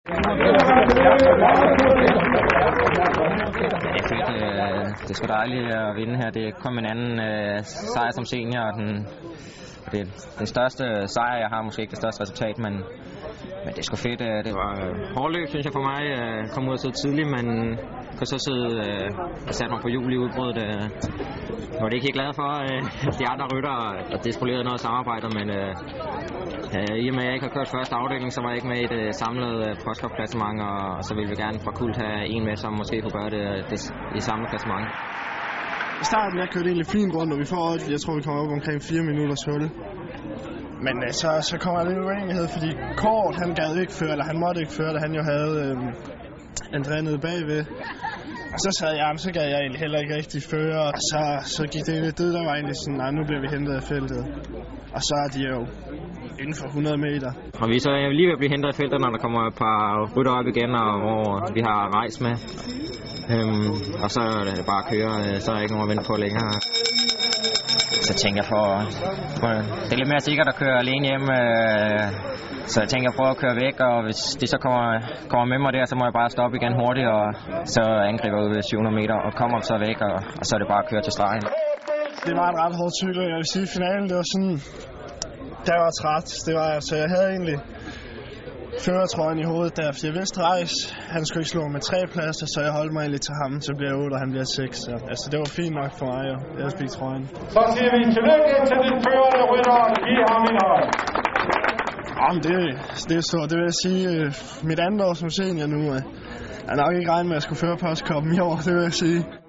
Jeg følte, det er sgu dejligt at vinde her. Det kom en anden sejr som senior, og det er den største sejr, jeg har. Måske ikke det største resultat, men det er sgu fedt. Det var hårdt løb, synes jeg, for mig. Jeg kom ud og sidde tidligt, men kunne så sidde og satte mig på hjul i udbruddet. Jeg var ikke helt glad for de andre ryttere, at det spolerede noget samarbejde, men i og med at jeg ikke har kørt første afdeling, så var jeg ikke med i det samlede postcupklassement, og så ville vi gerne fra Kult have en med, som måske kunne gøre det i samlet klassement. I starten jeg kørte egentlig fint rundt, og vi får, jeg tror vi kommer op omkring 4 minutters hul. Men så kommer der lidt uenighed, fordi Kort, han gad ikke føre, eller han måtte ikke føre, da han jo havde André nede bagved. Og så sad jeg, så gad jeg egentlig heller ikke rigtig føre, og så gik det egentlig død, der var egentlig sådan, nej, nu bliver vi hentet af feltet. Og så er de jo inden for 100 meter. Og vi er så lige ved at blive hentet af feltet, når der kommer et par rytter op igen, og hvor vi har rejst med. Og så er det bare at køre, så er der ikke nogen at vente på længere. Så tænker jeg det er lidt mere sikkert at køre alene hjem. Så jeg tænker at prøve at køre væk, og hvis de så kommer med mig der, så må jeg bare stoppe igen hurtigt, og så angriber ud ved 700 meter, og kommer så væk, og så er det bare at køre til stregen. Det var en ret hård cykel, jeg vil sige. Finalen, det var sådan, der var træt. Det var altså, jeg havde egentlig førertrøjen i hovedet der, for jeg vidste Reis, han skulle ikke slå med 3 pladser, så jeg holdt mig egentlig til ham, så bliver jeg 8, og han bliver 6. Så, altså, det var fint nok for mig, og jeg spiste trøjen. Så siger vi tillykke til den førende rytter, giv ham en hånd. Jamen, det er stort. Det vil jeg sige, mit andet år som senior nu, jeg er nok ikke regnet med at skulle føre postcuppen i år, det vil jeg sige.